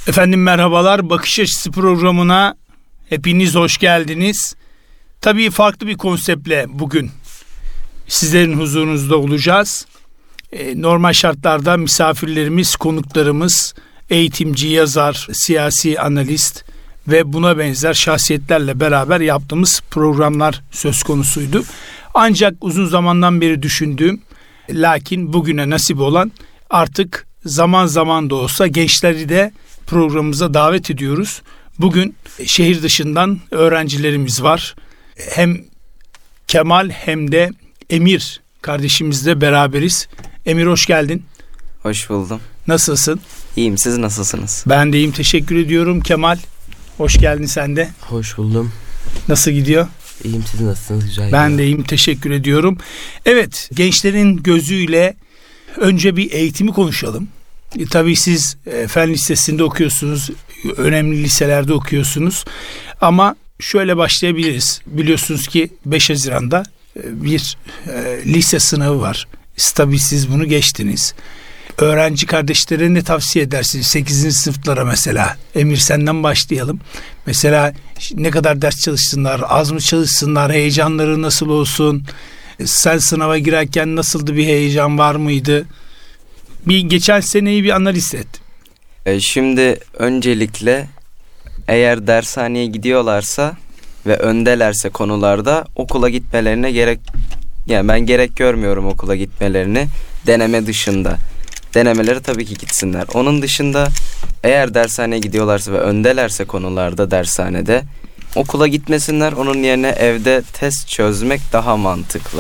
Efendim merhabalar, Bakış Açısı programına hepiniz hoş geldiniz. Tabii farklı bir konseptle bugün sizlerin huzurunuzda olacağız. Normal şartlarda misafirlerimiz, konuklarımız, eğitimci, yazar, siyasi analist ve buna benzer şahsiyetlerle beraber yaptığımız programlar söz konusuydu. Ancak uzun zamandan beri düşündüğüm, lakin bugüne nasip olan, artık zaman zaman da olsa gençleri de programımıza davet ediyoruz. Bugün şehir dışından öğrencilerimiz var. Hem Kemal hem de Emir kardeşimizle beraberiz. Emir, hoş geldin. Hoş buldum. Nasılsın? İyiyim, siz nasılsınız? Ben de iyiyim, teşekkür ediyorum. Kemal, hoş geldin sen de. Hoş buldum. Nasıl gidiyor? İyiyim, siz nasılsınız? Güzel. Ben de iyiyim, teşekkür ediyorum. Evet, gençlerin gözüyle önce bir eğitimi konuşalım. Tabii siz fen lisesinde okuyorsunuz, önemli liselerde okuyorsunuz. Ama şöyle başlayabiliriz. Biliyorsunuz ki 5 Haziran'da bir lise sınavı var. Tabii siz bunu geçtiniz. Öğrenci kardeşlere ne tavsiye edersiniz? 8. sınıflara mesela. Emir, senden başlayalım. Mesela ne kadar ders çalışsınlar, az mı çalışsınlar, heyecanları nasıl olsun? Sen sınava girerken nasıldı, bir heyecan var mıydı? Bir geçen seneyi bir analiz et. Şimdi öncelikle eğer dershaneye gidiyorlarsa ve öndelerse konularda okula gitmelerine ben gerek görmüyorum okula gitmelerini, deneme dışında. Denemeleri tabii ki gitsinler. Onun dışında eğer dershaneye gidiyorlarsa ve öndelerse konularda dershanede okula gitmesinler. Onun yerine evde test çözmek daha mantıklı.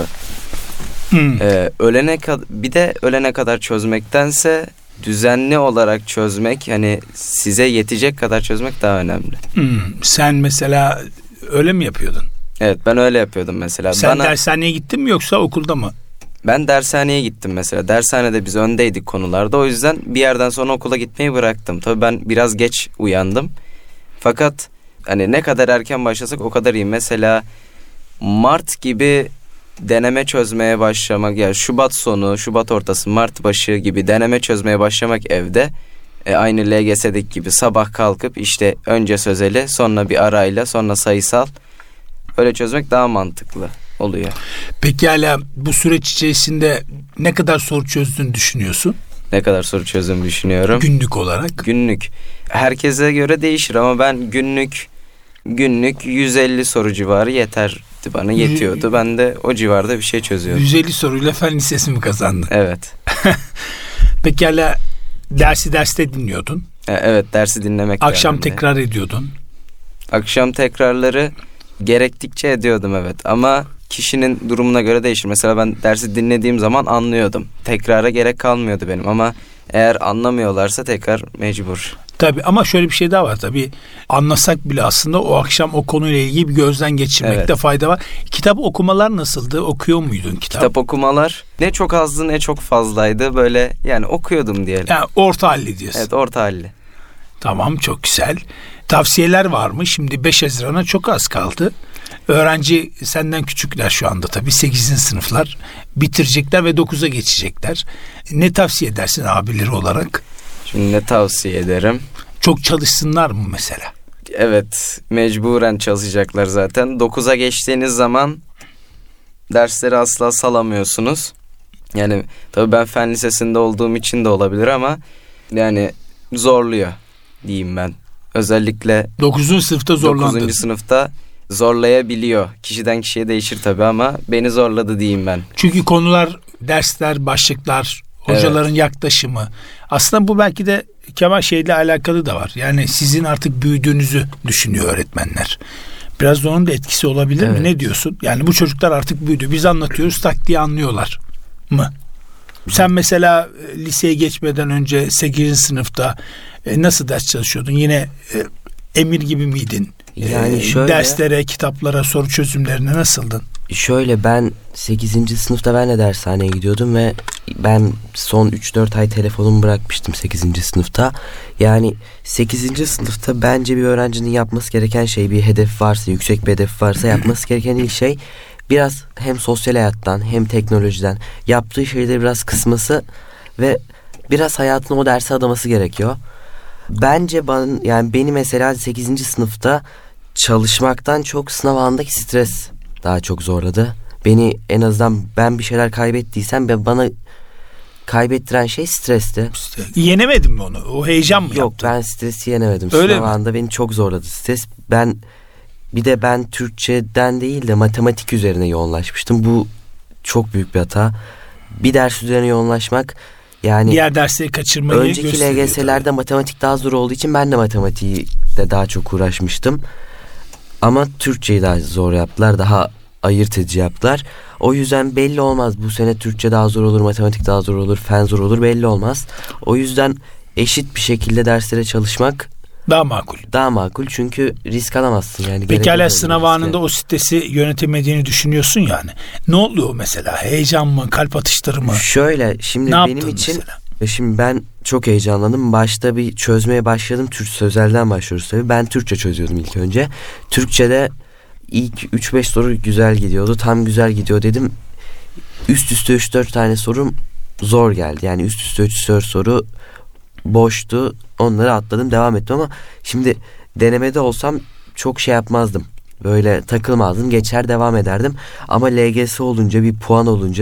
Ölene kadar çözmektense düzenli olarak çözmek, hani size yetecek kadar çözmek daha önemli. Sen mesela öyle mi yapıyordun? Evet, ben öyle yapıyordum mesela. Sen dershaneye gittin mi yoksa okulda mı? Ben dershaneye gittim mesela. Dershanede biz öndeydik konularda. O yüzden bir yerden sonra okula gitmeyi bıraktım. Tabii ben biraz geç uyandım. Fakat hani ne kadar erken başlasak o kadar iyi. Mesela Mart gibi deneme çözmeye başlamak, yani Şubat sonu, Şubat ortası, Mart başı gibi deneme çözmeye başlamak evde. Aynı LGS'deki gibi sabah kalkıp işte önce sözeli, sonra bir arayla, sonra sayısal, öyle çözmek daha mantıklı oluyor. Peki hala bu süreç içerisinde ne kadar soru çözdüğünü düşünüyorsun? Ne kadar soru çözdüğümü düşünüyorum? Günlük olarak. Günlük. Herkese göre değişir ama ben günlük 150 soru civarı yeterdi bana, yetiyordu. Ben de o civarda bir şey çözüyordum. 150 soruyla fen lisesi mi kazandın? Evet. Peki hala derste dinliyordun? Evet, dersi dinlemek. Akşam tekrar ediyordun? Akşam tekrarları gerektikçe ediyordum, evet, ama kişinin durumuna göre değişir. Mesela ben dersi dinlediğim zaman anlıyordum. Tekrara gerek kalmıyordu benim, ama eğer anlamıyorlarsa tekrar mecbur. Tabii, ama şöyle bir şey daha var tabii. Anlasak bile aslında o akşam o konuyla ilgili bir gözden geçirmekte fayda var. Kitap okumalar nasıldı? Okuyor muydun kitap? Kitap okumalar ne çok azdı ne çok fazlaydı. Böyle yani okuyordum diyelim. Yani orta halli diyorsun. Evet, orta halli. Tamam, çok güzel. Tavsiyeler var mı? Şimdi 5 Haziran'a çok az kaldı. Öğrenci senden küçükler şu anda tabii. 8. sınıflar bitirecekler ve 9'a geçecekler. Ne tavsiye edersin abileri olarak? Şimdi ne tavsiye ederim? Çok çalışsınlar mı mesela? Evet, mecburen çalışacaklar zaten. 9'a geçtiğiniz zaman dersleri asla salamıyorsunuz. Yani tabii ben fen lisesinde olduğum için de olabilir ama yani zorluyor diyeyim ben. Özellikle 9. sınıfta zorlandın. 9. sınıfta zorlayabiliyor. Kişiden kişiye değişir tabii ama beni zorladı diyeyim ben. Çünkü konular, dersler, başlıklar, hocaların yaklaşımı. Aslında bu belki de Kemal şeyle alakalı da var. Yani sizin artık büyüdüğünüzü düşünüyor öğretmenler. Biraz da onun da etkisi olabilir mi? Ne diyorsun? Yani bu çocuklar artık büyüdü. Biz anlatıyoruz, tak diye anlıyorlar mı? Sen mesela liseye geçmeden önce 8. sınıfta nasıl ders çalışıyordun? Yine Emir gibi miydin? Yani şöyle, derslere, kitaplara, soru çözümlerine nasıldın? Şöyle, ben 8. sınıfta ben de dershaneye gidiyordum ve ben son 3-4 ay telefonumu bırakmıştım 8. sınıfta. Yani 8. sınıfta bence bir öğrencinin yapması gereken şey, bir hedef varsa, yüksek bir hedef varsa yapması gereken ilk şey biraz hem sosyal hayattan hem teknolojiden yaptığı şeyleri biraz kısması ve biraz hayatını o derse adaması gerekiyor. Bence yani beni mesela 8. sınıfta çalışmaktan çok sınav anındaki stres daha çok zorladı. Beni en azından ben bir şeyler kaybettiysem bana kaybettiren şey stresti. Yenemedin mi onu? O heyecan mı Yok, yaptın? ben stresi yenemedim. Öyle Sınav mi? anında beni çok zorladı stres. Bir de ben Türkçeden değil de matematik üzerine yoğunlaşmıştım. Bu çok büyük bir hata. Bir ders üzerine yoğunlaşmak, yani Diğer dersleri kaçırmayı önceki gösteriyor LGS'lerde tabii. matematik daha zor olduğu için ben de matematiği de daha çok uğraşmıştım. Ama Türkçeyi daha zor yaptılar. Daha ayırt edici yaptılar. O yüzden belli olmaz. Bu sene Türkçe daha zor olur, matematik daha zor olur, fen zor olur, belli olmaz. O yüzden eşit bir şekilde derslere çalışmak Daha makul. daha makul. Çünkü risk alamazsın yani. Peki Gerek hala yok sınav öyle anında riske. o stresi yönetemediğini düşünüyorsun yani. Ne oluyor mesela? Heyecan mı? Kalp atışları mı? Şöyle şimdi Ne benim yaptın için mesela? şimdi ben çok heyecanlandım. Başta bir çözmeye başladım. Türk sözelden başlıyoruz tabii. Ben Türkçe çözüyordum ilk önce. Türkçe'de ilk 3-5 soru güzel gidiyordu. Tam güzel gidiyor dedim. Üst üste 3-4 tane sorum zor geldi. Yani üst üste 3-4 soru boştu. Onları atladım, devam ettim ama şimdi denemede olsam çok şey yapmazdım. Böyle takılmazdım. Geçer devam ederdim. Ama LGS olunca, bir puan olunca,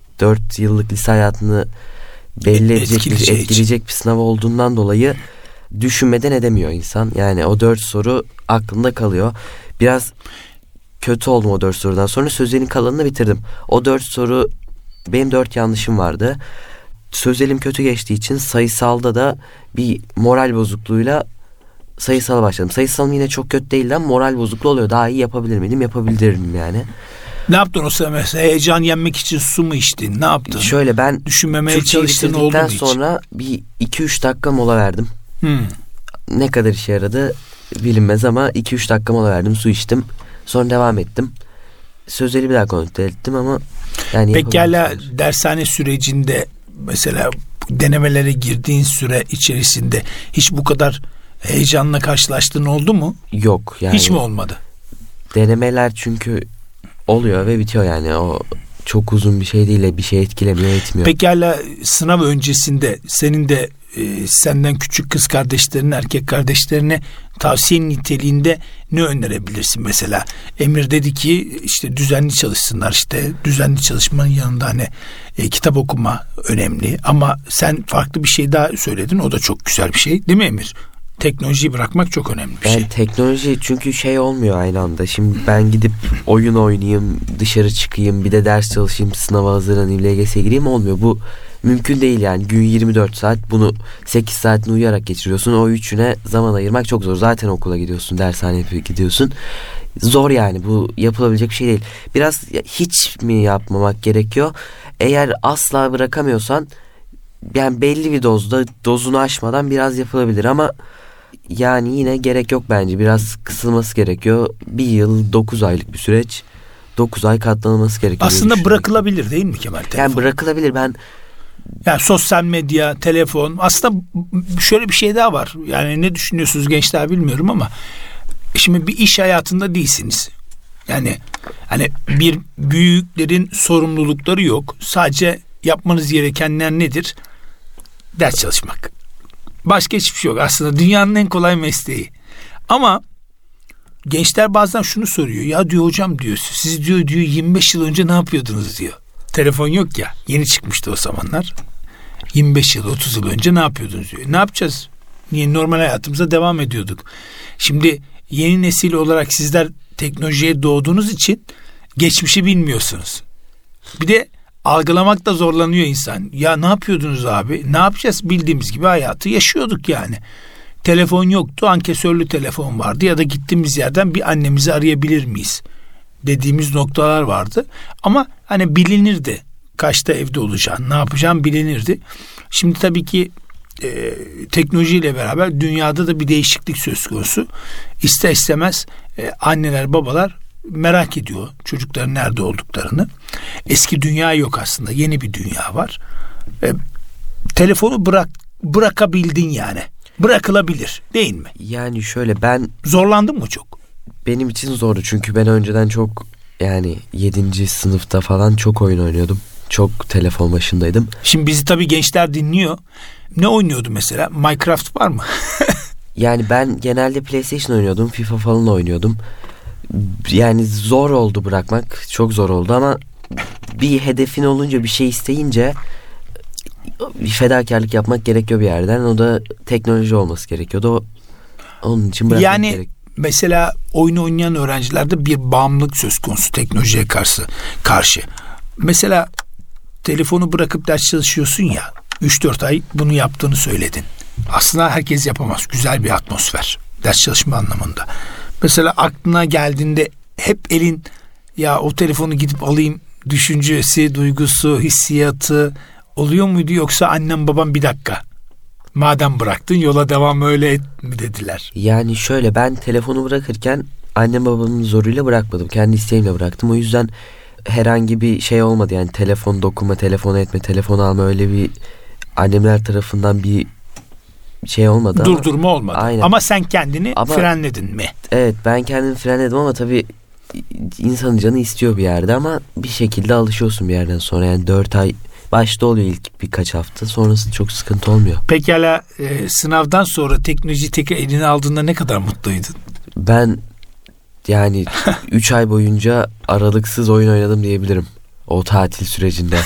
4 yıllık lise hayatını belli edecek, etkileyecek bir sınav olduğundan dolayı düşünmeden edemiyor insan. Yani o 4 soru aklında kalıyor. Biraz kötü oldum o 4 sorudan sonra. Sözelin kalanını bitirdim. O 4 soru, benim 4 yanlışım vardı. Sözelim kötü geçtiği için sayısalda da bir moral bozukluğuyla sayısala başladım. Sayısalım yine çok kötü değildi ama moral bozukluğu oluyor. Daha iyi yapabilir miydim? Yapabilirdim yani. Ne yaptın o sırada mesela? Heyecan yenmek için su mu içtin? Ne yaptın? Şöyle, ben Düşünmemeye Türkçeyi çalıştığın oldu mu bitirdikten hiç? sonra bir 2-3 dakika mola verdim. Hmm. Ne kadar işe yaradı bilinmez ama 2-3 dakika mola verdim, su içtim. Sonra devam ettim. Sözleri bir daha kontrol ettim ama yani Pekala yapabilirsiniz. dershane sürecinde mesela denemelere girdiğin süre içerisinde hiç bu kadar heyecanla karşılaştığın oldu mu? Yok yani. Hiç mi olmadı? Denemeler çünkü oluyor ve bitiyor yani. O çok uzun bir şey değil, bir şey etkilemiyor, etmiyor. Pekala sınav öncesinde senin de senden küçük kız kardeşlerine, erkek kardeşlerine tavsiye niteliğinde ne önerebilirsin mesela? Emir dedi ki işte düzenli çalışsınlar, işte düzenli çalışmanın yanında hani kitap okuma önemli ama sen farklı bir şey daha söyledin, o da çok güzel bir şey değil mi Emir? Teknolojiyi bırakmak çok önemli bir şey. Teknoloji çünkü şey olmuyor aynı anda. Şimdi ben gidip oyun oynayayım, dışarı çıkayım, bir de ders çalışayım, sınava hazırlanayım, LGS'ye gireyim, olmuyor. Bu mümkün değil yani. Gün 24 saat, bunu 8 saatini uyuyarak geçiriyorsun. O üçüne zaman ayırmak çok zor. Zaten okula gidiyorsun, dershaneye gidiyorsun. Zor yani, bu yapılabilecek bir şey değil. Biraz hiç mi yapmamak gerekiyor? Eğer asla bırakamıyorsan yani belli bir dozunu aşmadan biraz yapılabilir ama yani yine gerek yok bence. Biraz kısılması gerekiyor. 1 yıl 9 aylık bir süreç. 9 ay katlanılması gerekiyor. Aslında bırakılabilir değil mi Kemal? Telefon? Yani bırakılabilir. Yani sosyal medya, telefon. Aslında şöyle bir şey daha var. Yani ne düşünüyorsunuz gençler bilmiyorum ama şimdi bir iş hayatında değilsiniz. Yani hani bir büyüklerin sorumlulukları yok. Sadece yapmanız gerekenler nedir? Ders çalışmak. Başka hiçbir şey yok. Aslında dünyanın en kolay mesleği. Ama gençler bazen şunu soruyor. Ya diyor hocam diyor, siz diyor 25 yıl önce ne yapıyordunuz diyor. Telefon yok ya. Yeni çıkmıştı o zamanlar. 25 yıl 30 yıl önce ne yapıyordunuz diyor. Ne yapacağız? Niye normal hayatımıza devam ediyorduk. Şimdi yeni nesil olarak sizler teknolojiye doğduğunuz için geçmişi bilmiyorsunuz. Bir de algılamakta zorlanıyor insan. Ya ne yapıyordunuz abi? Ne yapacağız? Bildiğimiz gibi hayatı yaşıyorduk yani. Telefon yoktu, ankesörlü telefon vardı ya da gittiğimiz yerden bir annemizi arayabilir miyiz dediğimiz noktalar vardı. Ama hani bilinirdi kaçta evde olacağın, ne yapacağın bilinirdi. Şimdi tabii ki teknolojiyle beraber dünyada da bir değişiklik söz konusu. İster istemez anneler, babalar merak ediyor çocukların nerede olduklarını. Eski dünya yok aslında, yeni bir dünya var. Telefonu bırakabildin yani. Bırakılabilir değil mi? Yani şöyle, ben zorlandım mı çok? Benim için zordu çünkü ben önceden çok, yani 7. sınıfta falan çok oyun oynuyordum. Çok telefon başındaydım. Şimdi bizi tabii gençler dinliyor. Ne oynuyordu mesela? Minecraft var mı? Yani ben genelde PlayStation oynuyordum. FIFA falan oynuyordum. Yani zor oldu bırakmak. Çok zor oldu ama bir hedefin olunca, bir şey isteyince bir fedakarlık yapmak gerekiyor bir yerden. O da teknoloji olması gerekiyordu. Onun için bırakmak yani gerek. mesela oyun oynayan öğrencilerde bir bağımlılık söz konusu teknolojiye karşı. Mesela telefonu bırakıp ders çalışıyorsun ya, 3-4 ay bunu yaptığını söyledin. Aslında herkes yapamaz. Güzel bir atmosfer. Ders çalışma anlamında. Mesela aklına geldiğinde hep elin ya o telefonu gidip alayım düşüncesi, duygusu, hissiyatı oluyor muydu, yoksa annem babam bir dakika madem bıraktın yola devam öyle et mi dediler? Yani şöyle, ben telefonu bırakırken annem babamın zoruyla bırakmadım. Kendi isteğimle bıraktım. O yüzden herhangi bir şey olmadı. Yani telefon dokunma, telefon etme, telefon alma, öyle bir annemler tarafından bir şey olmadı. Durdurma olmadı. Aynen. Ama sen kendini frenledin mi? Evet, ben kendimi frenledim ama tabii insanın canı istiyor bir yerde, ama bir şekilde alışıyorsun bir yerden sonra. Yani 4 ay başta oluyor, ilk birkaç hafta, sonrası çok sıkıntı olmuyor. Pekala, sınavdan sonra teknolojiyi tekrar eline aldığında ne kadar mutluydun? Ben yani 3 ay boyunca aralıksız oyun oynadım diyebilirim o tatil sürecinde.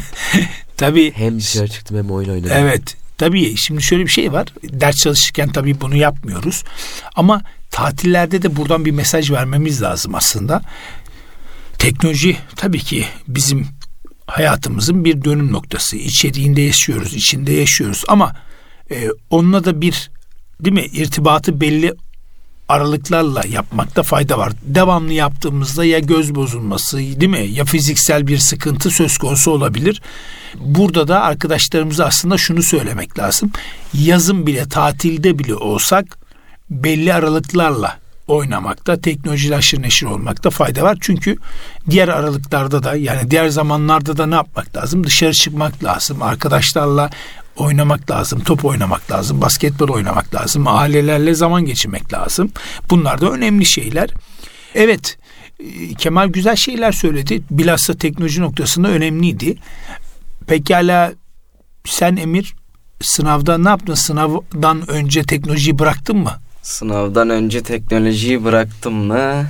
Tabii. Hem dışarı çıktım hem oyun oynadım. Evet. Tabii şimdi şöyle bir şey var. Ders çalışırken tabii bunu yapmıyoruz. Ama tatillerde de buradan bir mesaj vermemiz lazım aslında. Teknoloji tabii ki bizim hayatımızın bir dönüm noktası. İçeriğinde yaşıyoruz, içinde yaşıyoruz. Ama onunla da bir, değil mi, irtibatı belli aralıklarla yapmakta fayda var. Devamlı yaptığımızda ya göz bozulması, değil mi, ya fiziksel bir sıkıntı söz konusu olabilir. Burada da arkadaşlarımıza aslında şunu söylemek lazım. Yazın bile, tatilde bile olsak belli aralıklarla oynamakta, teknolojiyle aşırı neşir olmakta fayda var. Çünkü diğer aralıklarda da, yani diğer zamanlarda da ne yapmak lazım? Dışarı çıkmak lazım. Arkadaşlarla oynamak lazım. Top oynamak lazım. Basketbol oynamak lazım. Ailelerle zaman geçirmek lazım. Bunlar da önemli şeyler. Evet, Kemal güzel şeyler söyledi. Bilhassa teknoloji noktasında önemliydi. Pekala, sen Emir, sınavda ne yaptın? Sınavdan önce teknolojiyi bıraktın mı? Sınavdan önce teknolojiyi bıraktım mı?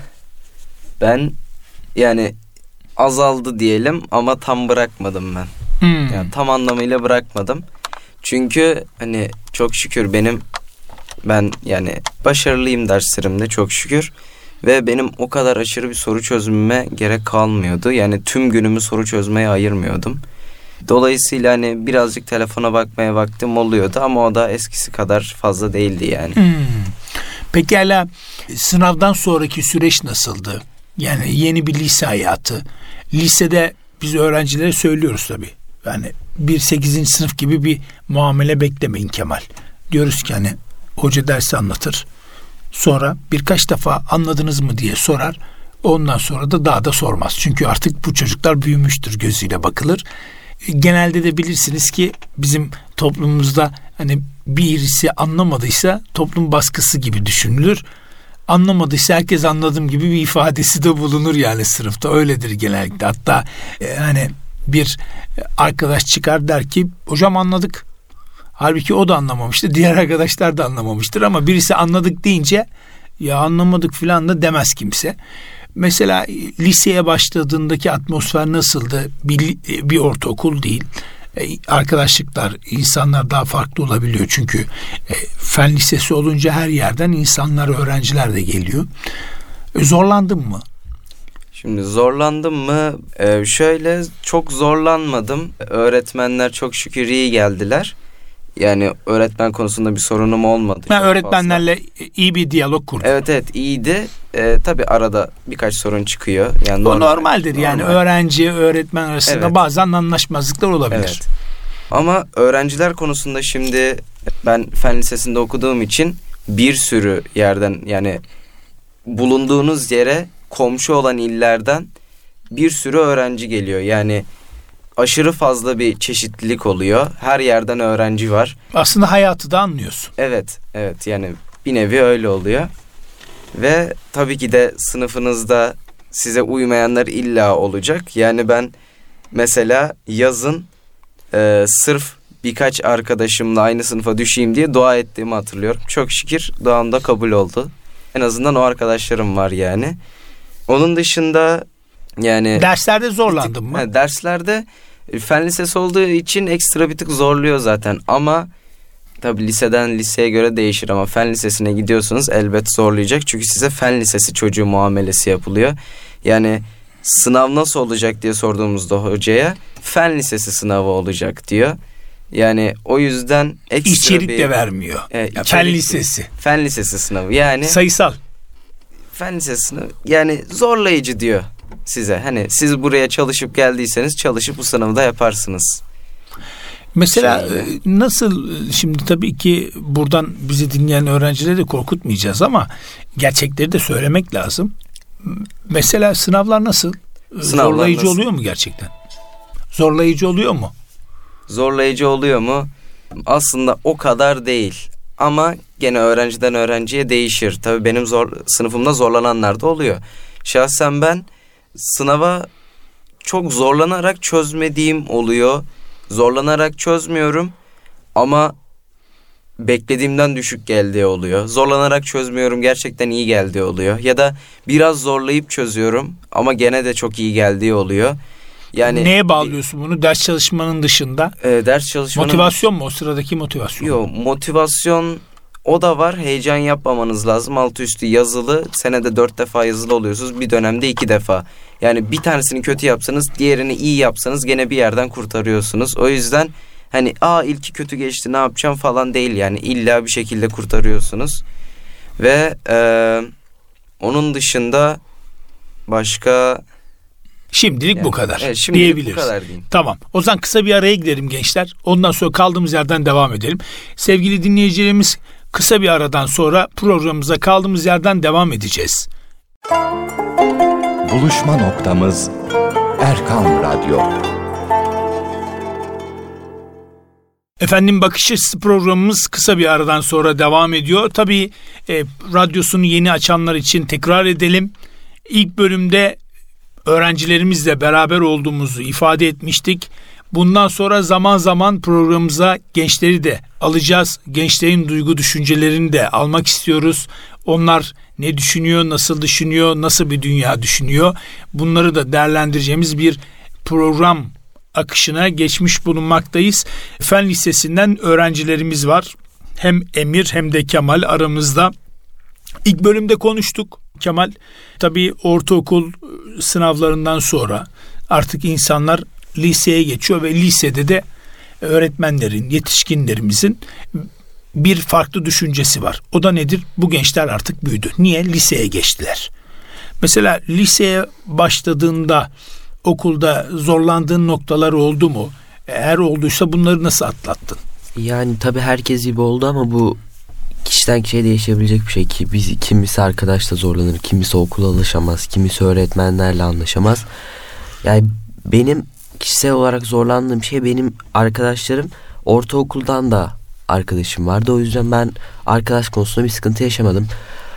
Ben yani azaldı diyelim ama tam bırakmadım ben. Yani tam anlamıyla bırakmadım. Çünkü hani çok şükür ben yani başarılıyım derslerimde çok şükür. Ve benim o kadar aşırı bir soru çözmeme gerek kalmıyordu. Yani tüm günümü soru çözmeye ayırmıyordum. Dolayısıyla hani birazcık telefona bakmaya vaktim oluyordu ama o da eskisi kadar fazla değildi yani. Pekala, sınavdan sonraki süreç nasıldı? Yani yeni bir lise hayatı. Lisede biz öğrencilere söylüyoruz tabii. Yani 8. sınıf gibi bir muamele beklemeyin Kemal. Diyoruz ki hani hoca dersi anlatır. Sonra birkaç defa anladınız mı diye sorar. Ondan sonra da daha da sormaz. Çünkü artık bu çocuklar büyümüştür gözüyle bakılır. Genelde de bilirsiniz ki bizim toplumumuzda hani birisi anlamadıysa toplum baskısı gibi düşünülür. Anlamadıysa herkes anladım gibi bir ifadesi de bulunur yani sınıfta. Öyledir genellikle. Hatta hani bir arkadaş çıkar der ki hocam anladık. Halbuki o da anlamamıştır. Diğer arkadaşlar da anlamamıştır ama birisi anladık deyince ya anlamadık falan da demez kimse. Mesela liseye başladığındaki atmosfer nasıldı? Bir ortaokul değil. Arkadaşlıklar, insanlar daha farklı olabiliyor. Çünkü fen lisesi olunca her yerden insanlar, öğrenciler de geliyor. Zorlandın mı? Şimdi zorlandım mı? Şöyle çok zorlanmadım. Öğretmenler çok şükür iyi geldiler. Yani öğretmen konusunda bir sorunum olmadı. Ben öğretmenlerle iyi bir diyalog kurdum. Evet iyiydi. Tabii arada birkaç sorun çıkıyor. Yani o normaldir yani öğrenci öğretmen arasında bazen anlaşmazlıklar olabilir. Evet. Ama öğrenciler konusunda şimdi ben fen lisesinde okuduğum için bir sürü yerden, yani bulunduğunuz yere komşu olan illerden bir sürü öğrenci geliyor. Yani aşırı fazla bir çeşitlilik oluyor. Her yerden öğrenci var. Aslında hayatı da anlıyorsun. Evet yani bir nevi öyle oluyor. Ve tabii ki de sınıfınızda size uymayanlar illa olacak. Yani ben mesela yazın sırf birkaç arkadaşımla aynı sınıfa düşeyim diye dua ettiğimi hatırlıyorum. Çok şükür duam da kabul oldu. En azından o arkadaşlarım var yani. Onun dışında yani... Derslerde zorlandın mı? Derslerde fen lisesi olduğu için ekstra bir tık zorluyor zaten. Ama tabii liseden liseye göre değişir ama fen lisesine gidiyorsanız elbet zorlayacak. Çünkü size fen lisesi çocuğu muamelesi yapılıyor. Yani sınav nasıl olacak diye sorduğumuzda hocaya fen lisesi sınavı olacak diyor. Yani o yüzden ekstra İçerik de vermiyor. Fen lisesi. Fen lisesi sınavı yani. Sayısal. Fen lisesi sınavı yani zorlayıcı diyor size. Hani siz buraya çalışıp geldiyseniz çalışıp bu sınavı da yaparsınız. Mesela nasıl, şimdi tabii ki buradan bizi dinleyen öğrencileri de korkutmayacağız ama gerçekleri de söylemek lazım. Mesela sınavlar nasıl? Zorlayıcı nasıl? Oluyor mu gerçekten? Zorlayıcı oluyor mu? Zorlayıcı oluyor mu? Aslında o kadar değil. Ama gene öğrenciden öğrenciye değişir. Tabii benim sınıfımda zorlananlar da oluyor. Şahsen ben sınava çok zorlanarak çözmediğim oluyor. Zorlanarak çözmüyorum ama beklediğimden düşük geldiği oluyor. Zorlanarak çözmüyorum, gerçekten iyi geldiği oluyor. Ya da biraz zorlayıp çözüyorum ama gene de çok iyi geldiği oluyor. Yani neye bağlıyorsun bunu? Ders çalışmanın dışında? Ders çalışmanın... Motivasyon mu? O sıradaki motivasyon Yok, motivasyon o da var. Heyecan yapmamanız lazım. Altı üstü yazılı. Senede 4 defa yazılı oluyorsunuz. Bir dönemde 2 defa. Yani bir tanesini kötü yapsanız, diğerini iyi yapsanız gene bir yerden kurtarıyorsunuz. O yüzden hani ilki kötü geçti ne yapacağım falan değil yani. İlla bir şekilde kurtarıyorsunuz. Ve onun dışında başka... Şimdilik yani, bu kadar şimdilik diyebiliriz. Bu kadar diyeyim. Tamam. O zaman kısa bir araya gidelim gençler. Ondan sonra kaldığımız yerden devam edelim. Sevgili dinleyicilerimiz, kısa bir aradan sonra programımıza kaldığımız yerden devam edeceğiz. Buluşma noktamız Erkam Radyo. Efendim, Bakış Açısı programımız kısa bir aradan sonra devam ediyor. Tabii radyosunu yeni açanlar için tekrar edelim. İlk bölümde öğrencilerimizle beraber olduğumuzu ifade etmiştik. Bundan sonra zaman zaman programımıza gençleri de alacağız. Gençlerin duygu düşüncelerini de almak istiyoruz. Onlar ne düşünüyor, nasıl düşünüyor, nasıl bir dünya düşünüyor? Bunları da değerlendireceğimiz bir program akışına geçmiş bulunmaktayız. Fen Lisesi'nden öğrencilerimiz var. Hem Emir hem de Kemal aramızda. İlk bölümde konuştuk. Kemal, tabii ortaokul sınavlarından sonra artık insanlar liseye geçiyor ve lisede de öğretmenlerin, yetişkinlerimizin bir farklı düşüncesi var. O da nedir? Bu gençler artık büyüdü. Niye? Liseye geçtiler. Mesela liseye başladığında okulda zorlandığın noktalar oldu mu? Eğer olduysa bunları nasıl atlattın? Yani tabii herkes gibi oldu ama bu kişiden kişiye değişebilecek bir şey ki kimisi arkadaşla zorlanır, kimisi okula alışamaz, kimisi öğretmenlerle anlaşamaz. Yani benim kişisel olarak zorlandığım şey, benim arkadaşlarım ortaokuldan da arkadaşım vardı. O yüzden ben arkadaş konusunda bir sıkıntı yaşamadım.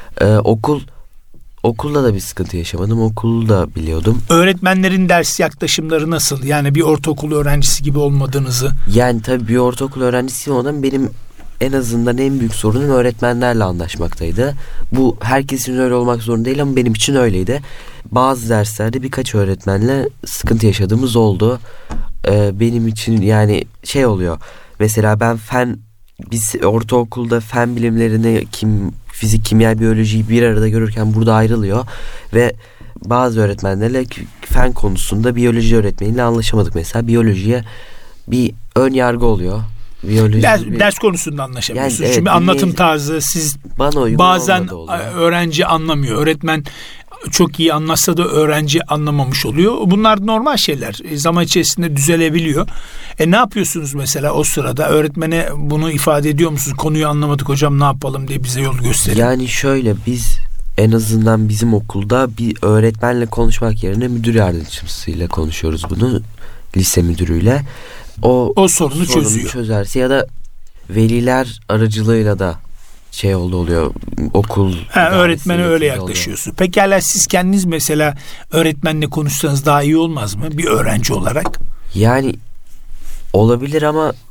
Okulda da bir sıkıntı yaşamadım. Okulu da biliyordum. Öğretmenlerin ders yaklaşımları nasıl? Yani bir ortaokul öğrencisi gibi olmadığınızı. Yani tabii bir ortaokul öğrencisi gibi olmadan benim en azından en büyük sorunum öğretmenlerle anlaşmaktaydı. Bu herkesin öyle olmak zorunda değil ama benim için öyleydi. Bazı derslerde birkaç öğretmenle sıkıntı yaşadığımız oldu. Benim için yani şey oluyor. Mesela biz ortaokulda fen bilimlerini, fizik, kimya, biyolojiyi bir arada görürken burada ayrılıyor. Ve bazı öğretmenlerle fen konusunda biyoloji öğretmeniyle anlaşamadık mesela. Biyolojiye bir ön yargı oluyor. Ders konusunda anlaşamıyorsunuz. Yani, çünkü anlatım tarzı siz bazen öğrenci anlamıyor. Öğretmen çok iyi anlatsa da öğrenci anlamamış oluyor. Bunlar normal şeyler. Zaman içerisinde düzelebiliyor. Ne yapıyorsunuz mesela o sırada? Öğretmene bunu ifade ediyor musunuz? Konuyu anlamadık hocam, ne yapalım diye bize yol gösterin. Yani şöyle, biz en azından bizim okulda bir öğretmenle konuşmak yerine müdür yardımcısıyla konuşuyoruz bunu. Lise müdürüyle. O sorunu çözerse ya da veliler aracılığıyla da oluyor okul. Öğretmene öyle yaklaşıyorsun. Pekala, siz kendiniz mesela öğretmenle konuşsanız daha iyi olmaz mı bir öğrenci olarak? Yani olabilir ama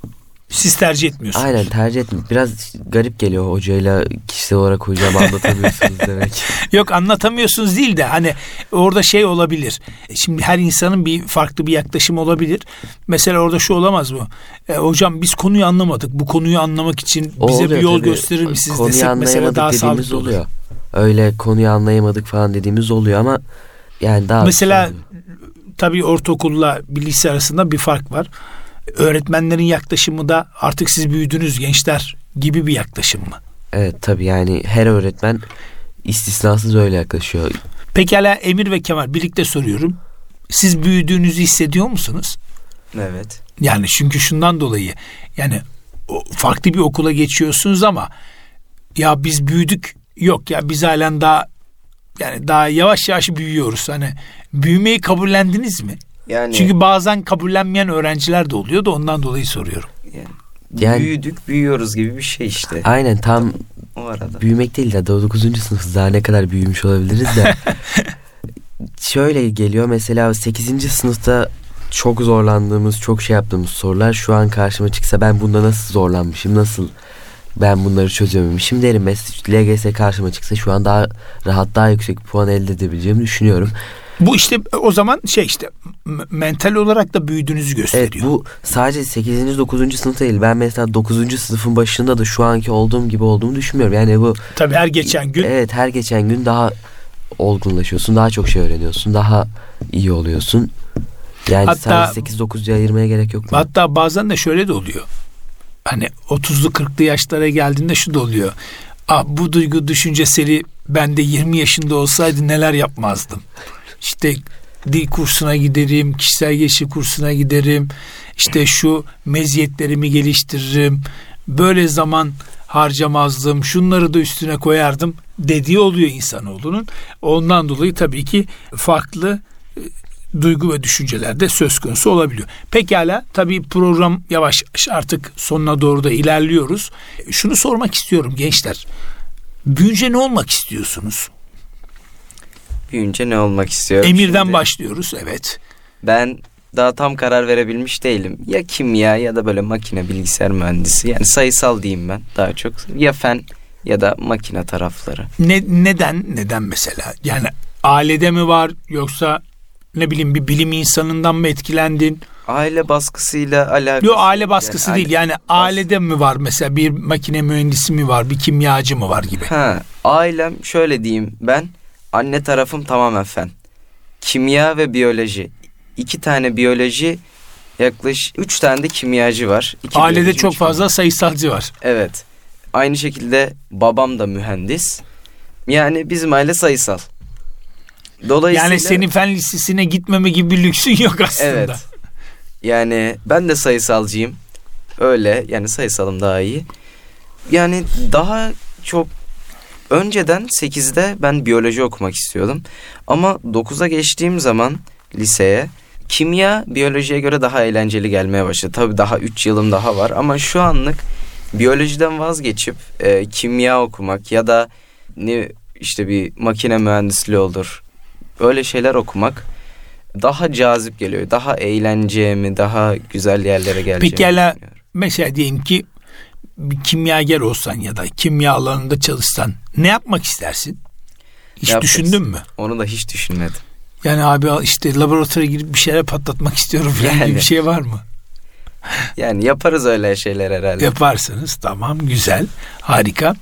Siz tercih etmiyorsunuz. Aynen, tercih etmiyorum. Biraz garip geliyor hocayla kişisel olarak hocam anlatamıyorsunuz demek. Yok, anlatamıyorsunuz değil de hani orada şey olabilir. Şimdi her insanın bir farklı bir yaklaşım olabilir. Mesela orada şu olamaz mı? Hocam biz konuyu anlamadık. Bu konuyu anlamak için bize oluyor, bir yol tabii. gösterir misiniz Konuyu desek mesela daha dediğimiz sağlıklı olur. oluyor. Öyle konuyu anlayamadık falan dediğimiz oluyor ama yani daha mesela tabii ortaokulla bir lise arasında bir fark var. Öğretmenlerin yaklaşımı da artık siz büyüdünüz gençler gibi bir yaklaşım mı? Evet tabii, yani her öğretmen istisnasız öyle yaklaşıyor. Pekala Emir ve Kemal, birlikte soruyorum. Siz büyüdüğünüzü hissediyor musunuz? Evet. Yani çünkü şundan dolayı, yani farklı bir okula geçiyorsunuz ama ya biz büyüdük, yok ya biz halen daha yavaş yavaş büyüyoruz. Hani büyümeyi kabullendiniz mi? Yani Çünkü bazen kabullenmeyen öğrenciler de oluyor da ondan dolayı soruyorum. Yani- büyüdük, büyüyoruz gibi bir şey işte. Aynen, tam O arada. büyümek değil de 9. sınıfız, daha ne kadar büyümüş olabiliriz de. Şöyle geliyor mesela 8. sınıfta çok zorlandığımız, çok şey yaptığımız sorular şu an karşıma çıksa ben bunda nasıl zorlanmışım, nasıl ben bunları çözememişim derim. Mesela LGS karşıma çıksa şu an daha rahat, daha yüksek bir puan elde edebileceğimi düşünüyorum. Bu işte o zaman mental olarak da büyüdüğünüzü gösteriyor. Evet, bu sadece 8. 9. sınıf değil. Ben mesela 9. sınıfın başında da şu anki olduğum gibi olduğumu düşünmüyorum. Yani bu Tabii her geçen gün. evet, her geçen gün daha olgunlaşıyorsun, daha çok şey öğreniyorsun, daha iyi oluyorsun. Yani Hatta- sadece 8-9'ya ayırmaya gerek yok. Hatta bazen de şöyle de oluyor. Hani 30'lu 40'lı yaşlara geldiğinde şu da oluyor. Bu duygu düşüncesi ben de 20 yaşında olsaydı neler yapmazdım. İşte dil kursuna giderim, kişisel gelişim kursuna giderim. İşte şu meziyetlerimi geliştiririm. Böyle zaman harcamazdım. Şunları da üstüne koyardım dediği oluyor insanoğlunun. Ondan dolayı tabii ki farklı duygu ve düşünceler de söz konusu olabiliyor. Pekala, tabii program yavaş artık sonuna doğru da ilerliyoruz. Şunu sormak istiyorum gençler. Büyünce ne olmak istiyorsunuz? Büyünce ne olmak istiyorum? Emir'den Şimdi başlıyoruz, evet. Ben daha tam karar verebilmiş değilim. Ya kimya ya da böyle makine, bilgisayar mühendisi. Yani sayısal diyeyim ben daha çok. Ya fen ya da makine tarafları. Neden mesela? Yani ailede mi var, yoksa ne bileyim bir bilim insanından mı etkilendin? Aile baskısıyla alakalı. Yok, aile baskısı Yani değil. Yani ailede mi var mesela, bir makine mühendisi mi var, bir kimyacı mı var gibi? Ailem şöyle diyeyim ben. Anne tarafım tamamen fen. Kimya ve biyoloji. 2 tane biyoloji, yaklaşık 3 tane de kimyacı var. Ailede biyoloji, çok 3 fazla sayısalcı var. Evet. Aynı şekilde babam da mühendis. Yani bizim aile sayısal. Dolayısıyla Yani senin fen lisesine gitmeme gibi bir lüksün yok aslında. evet. Yani ben de sayısalcıyım. Öyle, yani sayısalım daha iyi. Yani daha çok önceden 8'de ben biyoloji okumak istiyordum. Ama 9'a geçtiğim zaman liseye kimya biyolojiye göre daha eğlenceli gelmeye başladı. Tabii daha 3 yılım daha var ama şu anlık biyolojiden vazgeçip kimya okumak ya da işte bir makine mühendisliği olur. Öyle şeyler okumak daha cazip geliyor. Daha eğleneceğimi, daha güzel yerlere geleceğimi Pekala, düşünüyorum. mesela diyelim ki bir kimyager olsan ya da kimya alanında çalışsan ne yapmak istersin? Hiç düşündün mü? Onu da hiç düşünmedim. Yani abi işte laboratuvara girip bir şeyler patlatmak istiyorum falan gibi bir şey var mı? Yani yaparız öyle şeyler herhalde. Yaparsınız, tamam, güzel, harika.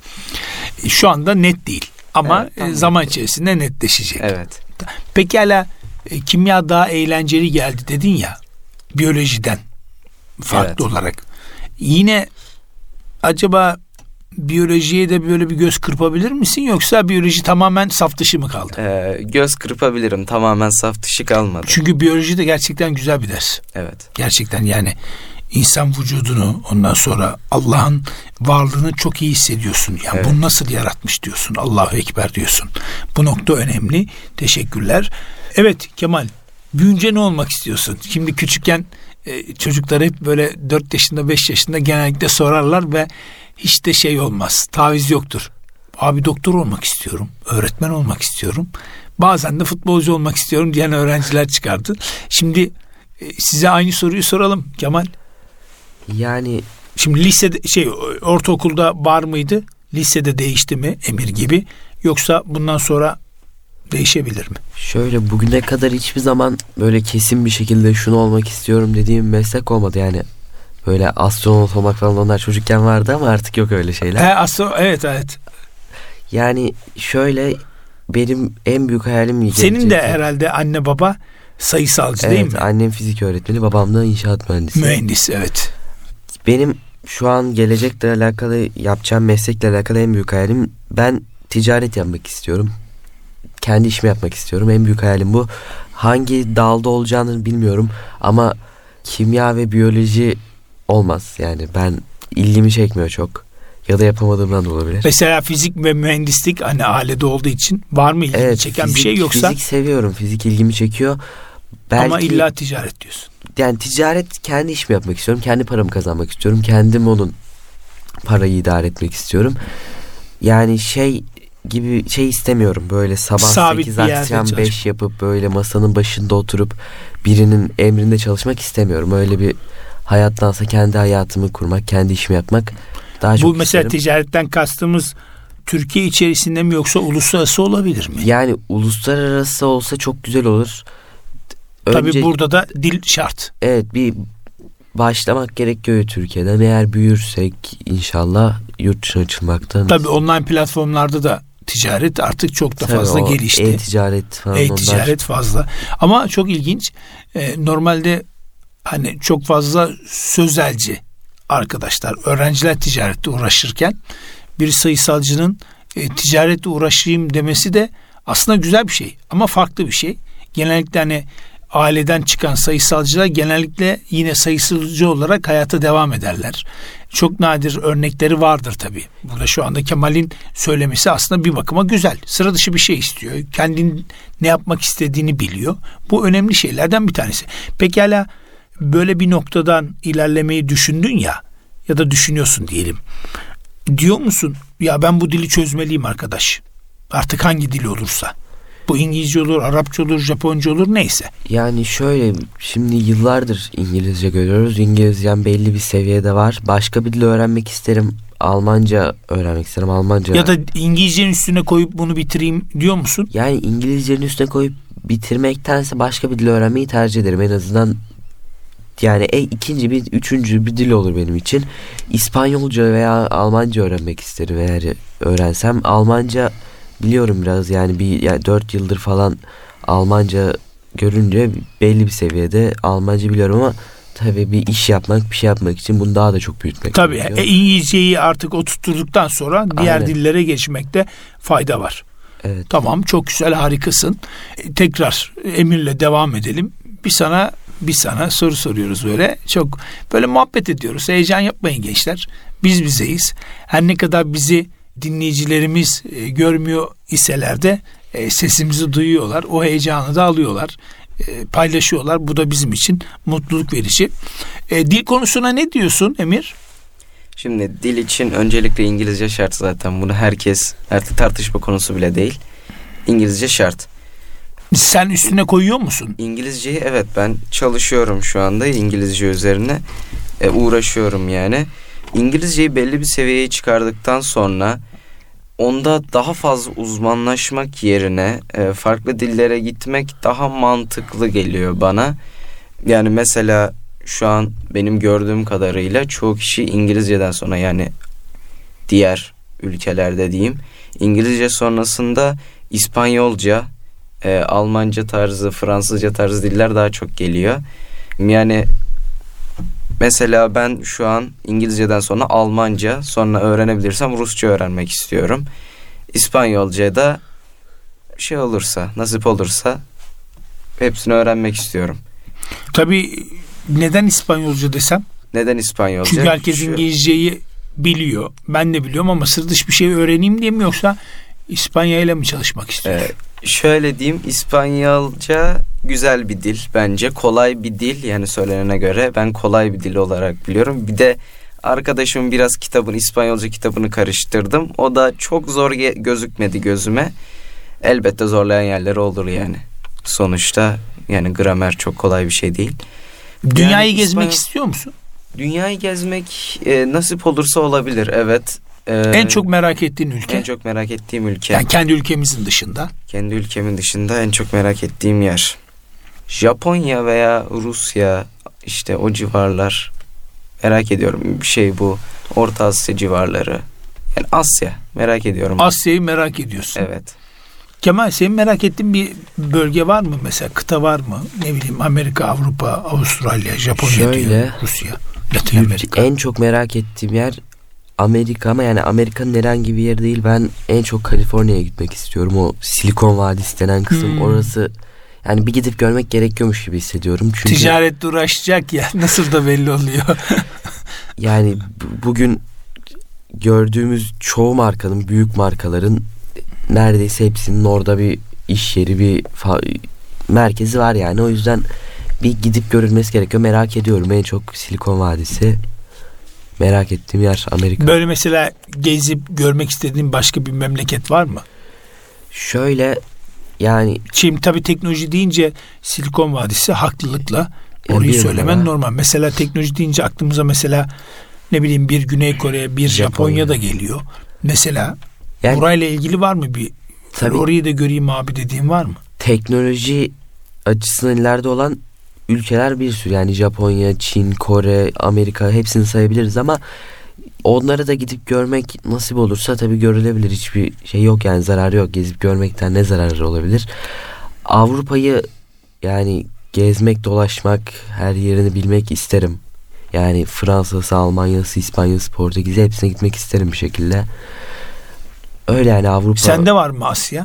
Şu anda net değil ama Evet, tamam. zaman içerisinde netleşecek. Evet. Pekala, kimya daha eğlenceli geldi dedin ya, biyolojiden farklı olarak. Yine acaba biyolojiye de böyle bir göz kırpabilir misin, yoksa biyoloji tamamen saf dışı mı kaldı? Göz kırpabilirim, tamamen saf dışı kalmadı. Çünkü biyoloji de gerçekten güzel bir ders. Evet. Gerçekten yani insan vücudunu, ondan sonra Allah'ın varlığını çok iyi hissediyorsun. Yani Evet. bunu nasıl yaratmış diyorsun. Allahu Ekber diyorsun. Bu nokta önemli. Teşekkürler. Evet Kemal, büyünce ne olmak istiyorsun? Şimdi küçükken çocuklar hep böyle 4 yaşında 5 yaşında genellikle sorarlar ve hiç de şey olmaz. Taviz yoktur. Abi doktor olmak istiyorum. Öğretmen olmak istiyorum. Bazen de futbolcu olmak istiyorum diyen öğrenciler çıkardı. Şimdi size aynı soruyu soralım Kemal. Yani Şimdi lisede ortaokulda var mıydı? Lisede değişti mi Emir gibi? Yoksa bundan sonra değişebilir mi? Şöyle, bugüne kadar hiçbir zaman böyle kesin bir şekilde şunu olmak istiyorum dediğim meslek olmadı. Yani böyle astronot olmak falan, onlar çocukken vardı ama artık yok öyle şeyler. Evet. Yani şöyle, benim en büyük hayalim... Senin de herhalde anne baba sayısalcı değil mi? Evet, annem fizik öğretmeni, babam da inşaat mühendisi. Mühendis, evet. Benim şu an gelecekle alakalı yapacağım meslekle alakalı en büyük hayalim, ben ticaret yapmak istiyorum. Kendi işimi yapmak istiyorum. En büyük hayalim bu. Hangi dalda olacağını bilmiyorum ama kimya ve biyoloji olmaz. Yani ben, ilgimi çekmiyor çok. Ya da yapamadığımdan da olabilir. Mesela fizik ve mühendislik hani ailede olduğu için var mı ilgini çeken bir şey yoksa? Fizik seviyorum. Fizik ilgimi çekiyor. Belki, ama illa ticaret diyorsun. Yani ticaret, kendi işimi yapmak istiyorum. Kendi paramı kazanmak istiyorum. Kendim onun parayı idare etmek istiyorum. Yani gibi istemiyorum. Böyle sabah sabit 8 akşam 5 yapıp böyle masanın başında oturup birinin emrinde çalışmak istemiyorum. Öyle bir hayattansa kendi hayatımı kurmak, kendi işimi yapmak daha çok Bu mesela isterim. Ticaretten kastımız Türkiye içerisinde mi yoksa uluslararası olabilir mi? Yani uluslararası olsa çok güzel olur. Tabii burada da dil şart. Evet, bir başlamak gerekiyor Türkiye'den. Eğer büyürsek inşallah yurt dışına açılmaktan. Tabii online platformlarda da ticaret artık çok da fazla gelişti. E-ticaret falan. E-ticaret fazla. Ama çok ilginç. Normalde hani çok fazla sözelci arkadaşlar, öğrenciler ticarette uğraşırken bir sayısalcının ticaretle uğraşayım demesi de aslında güzel bir şey ama farklı bir şey. Genellikle hani aileden çıkan sayısalcılar genellikle yine sayısalcı olarak hayata devam ederler. Çok nadir örnekleri vardır tabii. Burada şu anda Kemal'in söylemesi aslında bir bakıma güzel. Sıra dışı bir şey istiyor. Kendin ne yapmak istediğini biliyor. Bu önemli şeylerden bir tanesi. Pekala, böyle bir noktadan ilerlemeyi düşündün ya da düşünüyorsun diyelim. Diyor musun ya ben bu dili çözmeliyim arkadaş. Artık hangi dil olursa. Bu İngilizce olur, Arapça olur, Japonca olur, neyse. Yani şöyle, şimdi yıllardır İngilizce görüyoruz. İngilizcem belli bir seviyede var. Başka bir dil öğrenmek isterim. Almanca öğrenmek isterim. Almanca. Ya da İngilizcenin üstüne koyup bunu bitireyim diyor musun? Yani İngilizcenin üstüne koyup bitirmektense başka bir dil öğrenmeyi tercih ederim. En azından yani üçüncü bir dil olur benim için. İspanyolca veya Almanca öğrenmek isterim eğer öğrensem. Almanca biliyorum biraz, yani 4 yıldır falan Almanca görünce belli bir seviyede Almanca biliyorum ama tabii bir iş yapmak, bir şey yapmak için bunu daha da çok büyütmek gerekiyor. Tabii İngilizceyi artık oturtturduktan sonra diğer dillere geçmekte fayda var. Evet. Tamam, çok güzel, harikasın. Tekrar Emir'le devam edelim. Bir sana soru soruyoruz böyle. Çok böyle muhabbet ediyoruz. Heyecan yapmayın gençler. Biz bizeyiz. Her ne kadar bizi dinleyicilerimiz görmüyor iseler de sesimizi duyuyorlar. O heyecanı da alıyorlar. Paylaşıyorlar. Bu da bizim için mutluluk verici. Dil konusuna ne diyorsun Emir? Şimdi dil için öncelikle İngilizce şart zaten. Bunu herkes, artık tartışma konusu bile değil. İngilizce şart. Sen üstüne koyuyor musun? İngilizceyi evet, ben çalışıyorum şu anda İngilizce üzerine. Uğraşıyorum yani. İngilizceyi belli bir seviyeye çıkardıktan sonra onda daha fazla uzmanlaşmak yerine farklı dillere gitmek daha mantıklı geliyor bana. Yani mesela şu an benim gördüğüm kadarıyla çoğu kişi İngilizceden sonra, yani diğer ülkelerde diyeyim, İngilizce sonrasında İspanyolca, Almanca tarzı, Fransızca tarzı diller daha çok geliyor. Yani mesela ben şu an İngilizceden sonra Almanca, sonra öğrenebilirsem Rusça öğrenmek istiyorum. İspanyolca da olursa, nasip olursa hepsini öğrenmek istiyorum. Tabii, neden İspanyolca desem? Neden İspanyolca? Çünkü herkes İngilizceyi biliyor. Ben de biliyorum ama sır dışı bir şey öğreneyim diye mi, yoksa İspanya ile mi çalışmak istiyor? Şöyle diyeyim, İspanyolca güzel bir dil bence, kolay bir dil, yani söylenene göre ben kolay bir dil olarak biliyorum. Bir de arkadaşımın biraz İspanyolca kitabını karıştırdım, o da çok zor gözükmedi gözüme. Elbette zorlayan yerleri olur yani. Sonuçta yani gramer çok kolay bir şey değil. Dünyayı gezmek istiyor musun? Dünyayı gezmek nasip olursa olabilir, evet. En çok merak ettiğin ülke? En çok merak ettiğim ülke. Yani kendi ülkemizin dışında. Kendi ülkemin dışında en çok merak ettiğim yer Japonya veya Rusya, işte o civarlar. Merak ediyorum bir şey bu. Orta Asya civarları. Yani Asya merak ediyorum. Asya'yı merak ediyorsun. Evet. Kemal, senin merak ettiğin bir bölge var mı mesela? Kıta var mı? Ne bileyim, Amerika, Avrupa, Avustralya, Japonya, Şöyle, diyor, Rusya, Latin Amerika. En çok merak ettiğim yer Amerika, ama yani Amerika'nın herhangi bir yeri değil. Ben en çok Kaliforniya'ya gitmek istiyorum. O Silikon Vadisi denen kısım, orası yani bir gidip görmek gerekiyormuş gibi hissediyorum. Çünkü ticaretle uğraşacak ya, nasıl da belli oluyor. yani bugün gördüğümüz çoğu markanın, büyük markaların neredeyse hepsinin orada bir iş yeri, bir merkezi var yani. O yüzden bir gidip görülmesi gerekiyor. Merak ediyorum, en çok Silikon Vadisi. Merak ettiğim yer Amerika. Böyle mesela gezip görmek istediğin başka bir memleket var mı? Şöyle yani. Şimdi tabii teknoloji deyince Silikon Vadisi, haklılıkla orayı söylemen normal. Mesela teknoloji deyince aklımıza mesela ne bileyim bir Güney Kore, bir Japonya da geliyor. Mesela yani, burayla ilgili var mı bir? Tabii, orayı da göreyim abi dediğin var mı? Teknoloji açısından ileride olan ülkeler bir sürü, yani Japonya, Çin, Kore, Amerika, hepsini sayabiliriz ama onları da gidip görmek nasip olursa tabii görülebilir. Hiçbir şey yok yani, zararı yok. Gezip görmekten ne zararı olabilir? Avrupa'yı yani gezmek, dolaşmak, her yerini bilmek isterim. Yani Fransa'sı, Almanya'sı, İspanya'sı, Portekiz'i, hepsine gitmek isterim bir şekilde. Öyle yani Avrupa. Sende var mı Asya?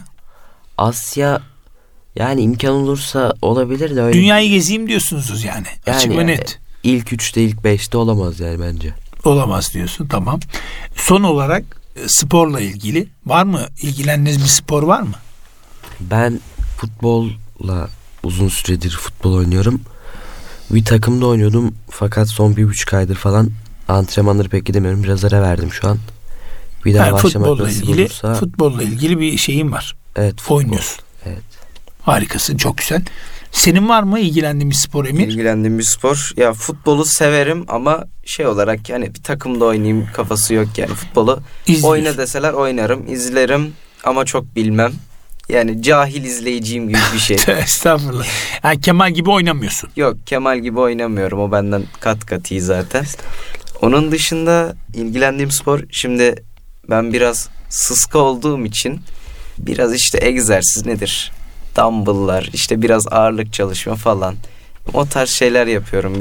Asya yani imkan olursa olabilir de öyle. Dünyayı gezeyim diyorsunuz yani. Açık ve net. İlk 3'te, ilk 5'te olamaz yani bence. Olamaz diyorsun, tamam. Son olarak sporla ilgili var mı? İlgilendiğiniz bir spor var mı? Ben futbolla uzun süredir futbol oynuyorum. Bir takımda oynuyordum fakat son 1,5 aydır falan antrenmanları pek gidemiyorum. Biraz ara verdim şu an. Bir daha başlamak nasip olursa. Futbolla ilgili bir şeyin var. Evet. Oynuyorsun. Evet. Harikasın, çok güzel. Senin var mı ilgilendiğin bir spor Emir? İlgilendiğim bir spor. Ya futbolu severim ama şey olarak yani bir takımda oynayayım kafası yok yani. Futbolu oyna deseler oynarım, izlerim ama çok bilmem. Yani cahil izleyiciyim gibi bir şey. Estağfurullah. Yani Kemal gibi oynamıyorsun. Yok, Kemal gibi oynamıyorum. O benden kat iyi zaten. Onun dışında ilgilendiğim spor, şimdi ben biraz sıska olduğum için biraz işte egzersiz nedir? Dumbbell'lar, işte biraz ağırlık çalışma falan. O tarz şeyler yapıyorum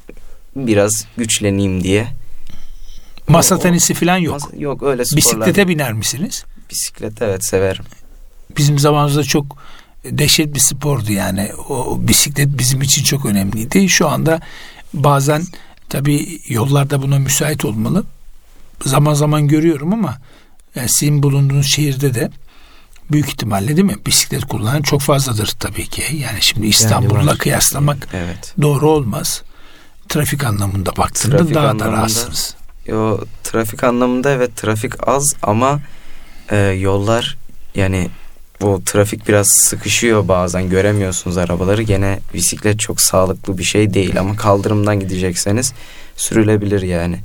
biraz güçleneyim diye. Masa tenisi falan yok. Yok, öyle sporlar. Bisiklete biner misiniz? Bisiklet, evet, severim. Bizim zamanımızda çok dehşet bir spordu yani. O bisiklet bizim için çok önemliydi. Şu anda bazen tabii yollarda buna müsait olmalı. Zaman zaman görüyorum ama yani sizin bulunduğunuz şehirde de büyük ihtimalle değil mi? Bisiklet kullanan çok fazladır tabii ki. Yani şimdi İstanbul'la yani kıyaslamak doğru olmaz. Trafik anlamında baktığında daha da rahatsınız. Trafik anlamında evet, trafik az ama yollar yani bu trafik biraz sıkışıyor, bazen göremiyorsunuz arabaları. Gene bisiklet çok sağlıklı bir şey değil ama kaldırımdan gidecekseniz sürülebilir yani.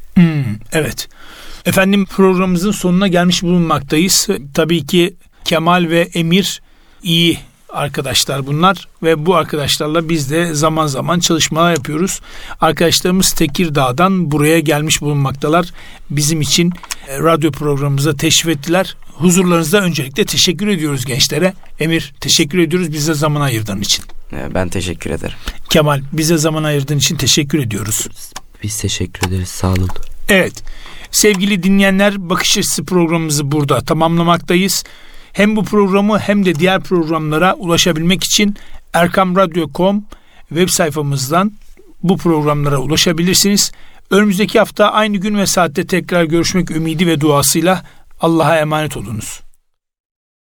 Evet. Efendim, programımızın sonuna gelmiş bulunmaktayız. Tabii ki Kemal ve Emir iyi arkadaşlar bunlar ve bu arkadaşlarla biz de zaman zaman çalışmalar yapıyoruz. Arkadaşlarımız Tekirdağ'dan buraya gelmiş bulunmaktalar. Bizim için radyo programımıza teşrif ettiler. Huzurlarınızda öncelikle teşekkür ediyoruz gençlere. Emir, teşekkür ediyoruz bize zaman ayırdığın için. Ben teşekkür ederim. Kemal, bize zaman ayırdığın için teşekkür ediyoruz. Biz teşekkür ederiz, sağ olun. Evet, sevgili dinleyenler, Bakış Açısı programımızı burada tamamlamaktayız. Hem bu programı hem de diğer programlara ulaşabilmek için erkamradyo.com web sayfamızdan bu programlara ulaşabilirsiniz. Önümüzdeki hafta aynı gün ve saatte tekrar görüşmek ümidi ve duasıyla Allah'a emanet olunuz.